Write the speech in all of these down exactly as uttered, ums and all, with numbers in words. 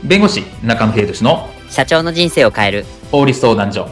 弁護士中野秀俊の社長の人生を変える法律相談所。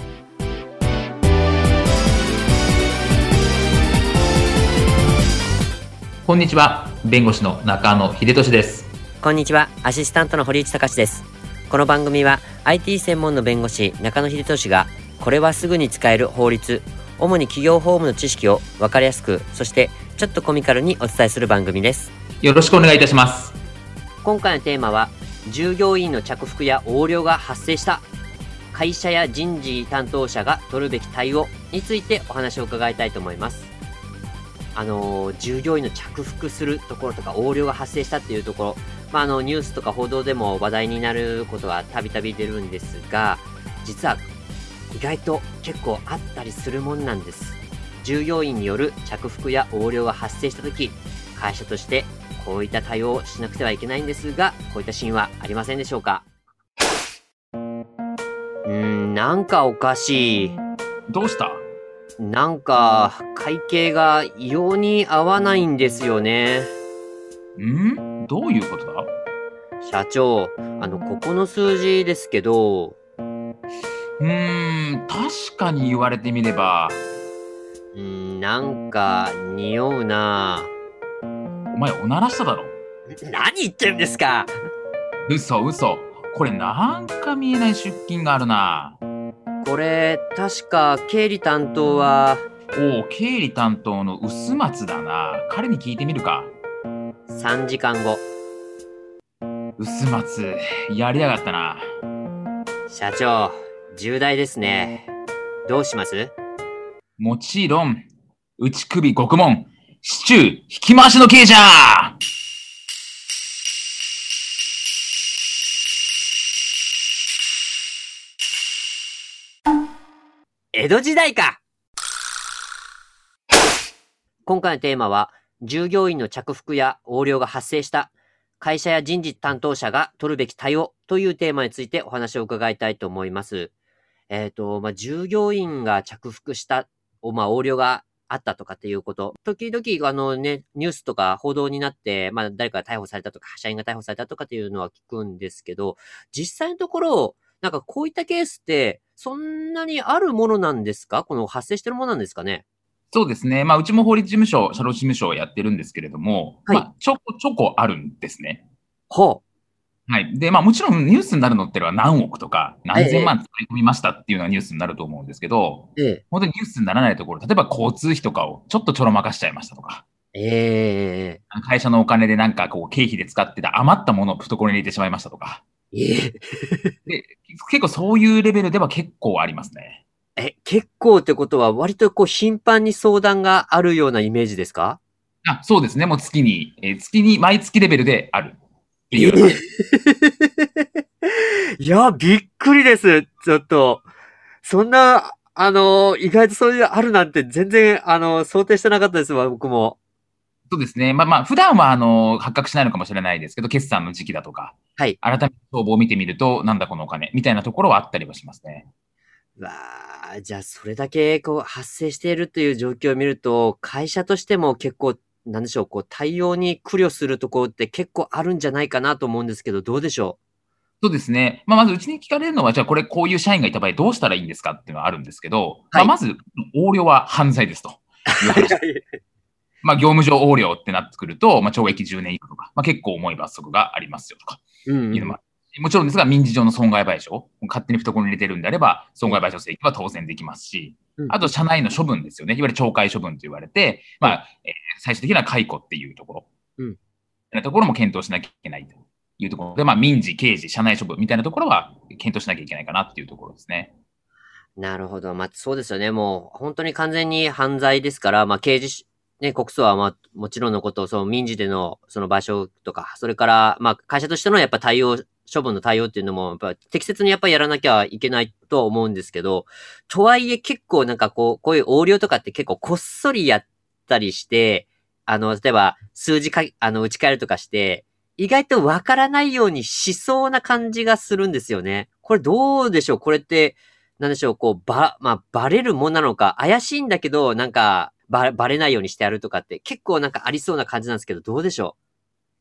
こんにちは、弁護士の中野秀俊です。 こんにちは、アシスタントの堀内隆です。この番組は アイティー 専門の弁護士中野秀俊がこれはすぐに使える法律、主に企業法務の知識を分かりやすく、そしてちょっとコミカルにお伝えする番組です。 よろしくお願いいたします。 今回のテーマは、従業員の着服や横領が発生した、会社や人事担当者が取るべき対応についてお話を伺いたいと思います。あの従業員の着服するところとか横領が発生したっていうところ、まあ、あのニュースとか報道でも話題になることはたびたび出るんですが、実は意外と結構あったりするもんなんです。従業員による着服や横領が発生したとき、会社としてこういった対応をしなくてはいけないんですが、こういったシーンはありませんでしょうか？うーん、なんかおかしい。 どうした？ なんか会計が異様に合わないんですよね。 ん？どういうことだ？ 社長、あのここの数字ですけど、 うーん、確かに言われてみれば。 うーん、なんか匂うな。 お前おならしただろ？ 何言ってるんですか？ 嘘嘘、これなんか見えない出金があるな。 これ確か経理担当は。 おお、経理担当の薄松だな。彼に聞いてみるか。 さんじかんご。 薄松やりやがったな。 社長、重大ですね。どうします？ もちろん内首獄門、市中引き回しの刑じゃ。 江戸時代か。今回のテーマは、従業員の着服や横領が発生した、会社や人事担当者が取るべき対応というテーマについてお話を伺いたいと思います。えっと、まあ、従業員が着服した、まあ、横領があったとかっていうこと、時々あのね、ニュースとか報道になって、まあ、誰かが逮捕されたとか、社員が逮捕されたとかっていうのは聞くんですけど、実際のところ、なんかこういったケースって、そんなにあるものなんですか？この発生してるものなんですかね？ そうですね。まあ、うちも法律事務所、社労士事務所をやってるんですけれども、 はい。 まあ、ちょこちょこあるんですね。 ほはい。で、まあ、もちろんニュースになるのってのは何億とかう。ええ、 何千万使い込みましたっていうようなニュースになると思うんですけど、 ええ、 本当にニュースにならないところ、例えば交通費とかをちょっとちょろまかしちゃいましたとか、 ええ、 あの会社のお金でなんかこう経費で使ってた余ったものを懐に入れてしまいましたとか、 えで、結構そういうレベルでは結構ありますね。 え、え、結構ってことは割とこう頻繁に相談があるようなイメージですか？ あ、そうですね。もう月に、えー月に、毎月レベルであるっていええうような感じ。 いや、びっくりです。ちょっと。そんな、あの、意外とそういうあるなんて全然、あの、想定してなかったですわ、僕も。 そうですね。まあまあ、普段はあの、発覚しないのかもしれないですけど、決算の時期だとか、 はい。 改めて帳簿を見てみると、なんだこのお金みたいなところはあったりはしますね。 わあ、じゃあそれだけこう発生しているという状況を見ると、会社としても結構、なんでしょう、こう対応に苦慮するところって結構あるんじゃないかなと思うんですけど、どうでしょそうですね。まあ、まずうちに聞かれるのは、じゃあこれこういう社員がいた場合どうしたらいいんですかっていうのはあるんですけど、 う？はまあ、 い。 まず、横領は犯罪ですという話。 はい。 まあ、業務上横領ってなってくると、まあ、懲役じゅうねん以下とか、まあ、結構重い罰則がありますよとかうんうん。 いうのもある。もちろんですが、民事上の損害賠償、勝手に懐に入れてるんであれば、損害賠償請求は当然できますし、 うんうん。 あと、社内の処分ですよね。いわゆる懲戒処分と言われて、まあ、えー最終的には解雇っていうところ、 うん。 みたいなところも検討しなきゃいけないというところで、まあ、民事、刑事、社内処分みたいなところは検討しなきゃいけないかなっていうところですね。 なるほど。まあ、そうですよね。もう、本当に完全に犯罪ですから、まあ、刑事し、ね、告訴は、まあ、もちろんのこと、その民事での、その賠償とか、それから、まあ、会社としてのやっぱ対応、処分の対応っていうのも、やっぱ適切にやっぱりやらなきゃいけないとは思うんですけど、とはいえ結構なんかこう、こういう横領とかって結構こっそりやったりして、あの、例えば数字か、あの、打ち替えるとかして、意外とわからないようにしそうな感じがするんですよね。これどうでしょう？これって、なんでしょう、こう、ば、まあ、バレるもんなのか、怪しいんだけど、なんか、ば、バレないようにしてやるとかって、結構なんかありそうな感じなんですけど、どうでしょ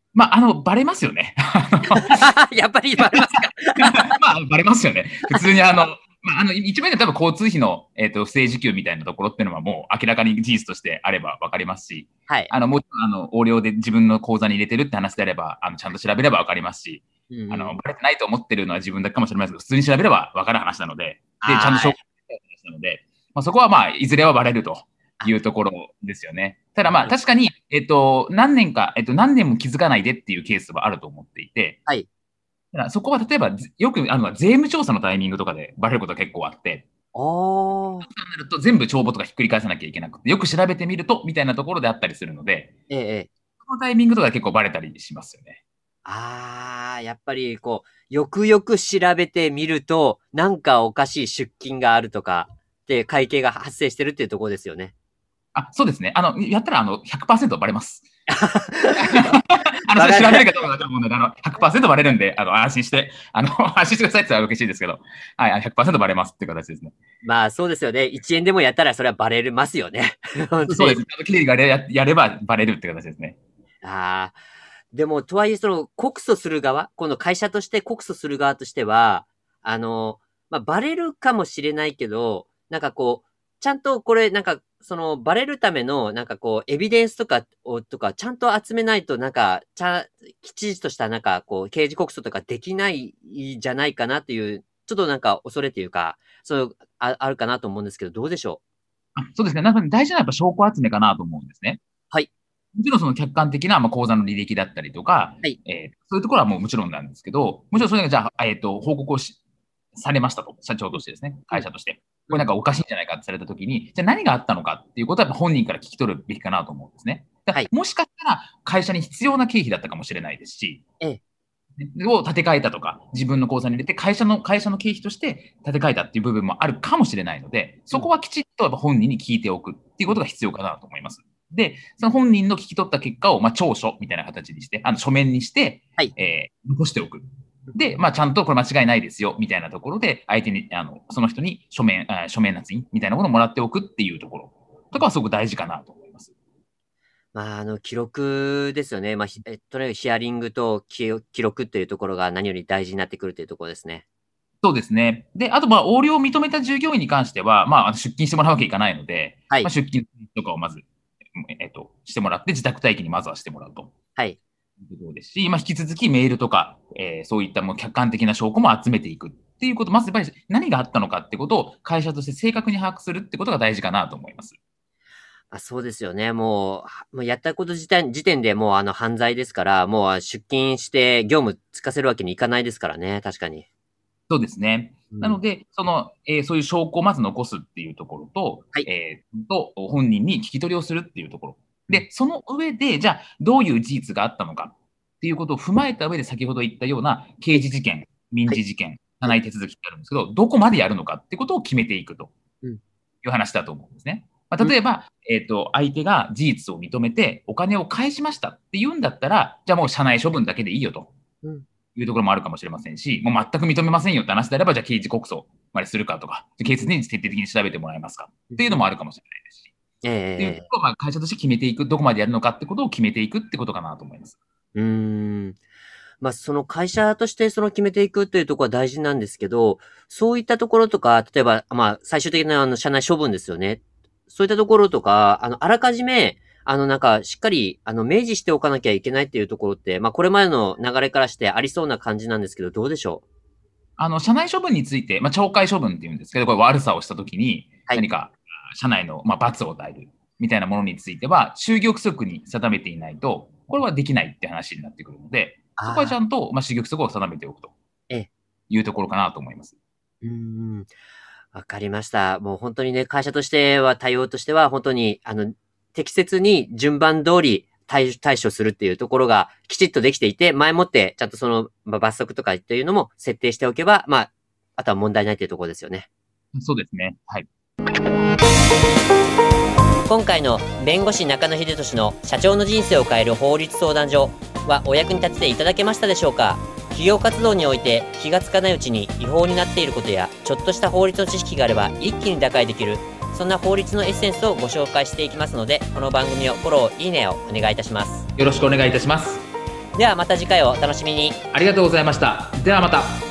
まあ、あの、バレますよね。 やっぱりバレますか。 まあ、バレますよね。普通にあの、まあ、あの、一番で多分交通費の、えっと、不正受給みたいなところっていうのはもう明らかに事実としてあればわかりますし、 はい。 あの、もちろん、あの、横領で自分の口座に入れてるって話であれば、あの、ちゃんと調べればわかりますし、 うんうん、 あの、バレてないと思ってるのは自分だけかもしれませんけど、普通に調べればわかる話なので、で、ちゃんと証拠がある話なので、まあ、そこはまあ、いずれはバレるというところですよね。ただまあ、確かに、えっと、何年か、えっと、何年も気づかないでっていうケースはあると思っていて、 はい。 だからそこは例えば、よくあるのは税務調査のタイミングとかでバレることが結構あって、 おー。 そうなると全部帳簿とかひっくり返さなきゃいけなくて、よく調べてみると、みたいなところであったりするので、 ええ。 そのタイミングとかで結構バレたりしますよね。 ああ、やっぱりこう、よくよく調べてみると、なんかおかしい出金があるとか、で、会計が発生してるっていうところですよね。 あ、そうですね。あの、やったらあのひゃくパーセントバレます。あの、それ調べるかどうかだと思うので、あの、ひゃくパーセントバレるんで、あの、安心して、あの、安心してくださいって言ったら嬉しいですけど、はい、ひゃくパーセントバレますっていう形ですね。 まあ、そうですよね。いちえんでもやったらそれはバレますよね。 そうです。ちゃんと経理がややればバレるって形ですね。 ああ。でも、とはいえ、その、告訴する側、この会社として告訴する側としては、あの、まあ、バレるかもしれないけど、なんかこう、ちゃんとこれ、なんか、その、バレるための、なんかこう、エビデンスとかを、とか、ちゃんと集めないと、なんか、ちゃ、きちっとした、なんか、こう、刑事告訴とかできないじゃないかなっていう、ちょっとなんか、恐れというか、そう、あ、あるかなと思うんですけど、どうでしょあ、そうですね。なんか大事なのはやっぱ証拠集めかなと思うんですね。 はい。 もちろんその客観的な、まあ、口座の履歴だったりとか、 はい。 えーそういうところはもうもちろんなんですけど、もちろんそれがじゃあ、えっと、報告をしされましたと、社長としてですね、会社として。これなんかおかしいんじゃないかってされたときに、じゃあ何があったのかっていうことはやっぱ本人から聞き取るべきかなと思うんですね。だはい。 もしかしたら会社に必要な経費だったかもしれないですし、 ええ。 を立て替えたとか、自分の口座に入れて会社の、会社の経費として立て替えたっていう部分もあるかもしれないので、そこはきちっとやっぱ本人に聞いておくっていうことが必要かなと思います。で、その本人の聞き取った結果を、まあ、調書みたいな形にして、あの書面にして、 はい。 えー、残しておく。で、まあ、ちゃんとこれ間違いないですよ、みたいなところで、相手に、あの、その人に書面、あ書面捺印みたいなものをもらっておくっていうところとかはすごく大事かなと思います。 まあ、あの、記録ですよね。まあ、ひえとにかくヒアリングと記記録っていうところが何より大事になってくるというところですね。 そうですね。で、あと、まあ、横領を認めた従業員に関しては、まあ、出勤してもらうわけいかないので、まあ、 はい。 出勤とかをまず、えっと、してもらって、自宅待機にまずはしてもらうと。 はい。 いうところですし、まあ、引き続きメールとか、えーそういったもう客観的な証拠も集めていくっていうこと、まずやっぱり何があったのかってことを会社として正確に把握するってことが大事かなと思います。 あ、そうですよね。もう、はもうやったこと自体時点でもうあの犯罪ですから、もう出勤して業務つかせるわけにいかないですからね、確かに。 そうですね。 うん。 なので、その、えーそういう証拠をまず残すっていうところと、 はい。 えーと、本人に聞き取りをするっていうところ。 うん。 で、その上で、じゃあ、どういう事実があったのかっていうことを踏まえた上で、先ほど言ったような刑事事件、民はい。 事事件、社はい。 内手続きってあるんですけど、どこまでやるのかってことを決めていくとうん。 いう話だと思うんですね。まあ、 うん。 例えば、えっと、相手が事実を認めてお金を返しましたって言うんだったら、じゃあもう社内処分だけでいいよとうん。 いうところもあるかもしれませんし、もう全く認めませんよって話であれば、じゃあ刑事告訴までするかとか、警察に徹底的に調べてもらえますかっていうのもあるかもしれないですし、 ええっていうとええ。 ころをまあ会社として決めていく、どこまでやるのかってことを決めていくってことかなと思います。 うーん。まあ、その会社としてその決めていくっていうところは大事なんですけど、そういったところとか、例えば、まあ、最終的なあの、社内処分ですよね。そういったところとか、あの、あらかじめ、あの、なんか、しっかり、あの、明示しておかなきゃいけないっていうところって、まあ、これまでの流れからしてありそうな感じなんですけど、どうでしょう？ あの、社内処分について、まあ、懲戒処分っていうんですけど、これ悪さをしたときに、 はい。 何か社内の、まあ、罰を与えるみたいなものについては、就業規則に定めていないと、これはできないって話になってくるので、そこはちああ、 ゃんと、まあ、就業規則を定めておくとええ。 いうところかなと思います。 うーん。わかりました。もう本当にね、会社としては、対応としては、本当に、あの、適切に順番通り対対処するっていうところがきちっとできていて、前もってちゃんとその、まあ、罰則とかっていうのも設定しておけば、まあ、あとは問題ないというところですよね。 そうですね。はい。 今回の弁護士中野秀俊の社長の人生を変える法律相談所はお役に立てていただけましたでしょうか？企業活動において気がつかないうちに違法になっていることやちょっとした法律の知識があれば一気に打開できる、そんな法律のエッセンスをご紹介していきますので、この番組をフォロー、いいねをお願いいたします。 よろしくお願いいたします。 ではまた次回をお楽しみに。 ありがとうございました。ではまた。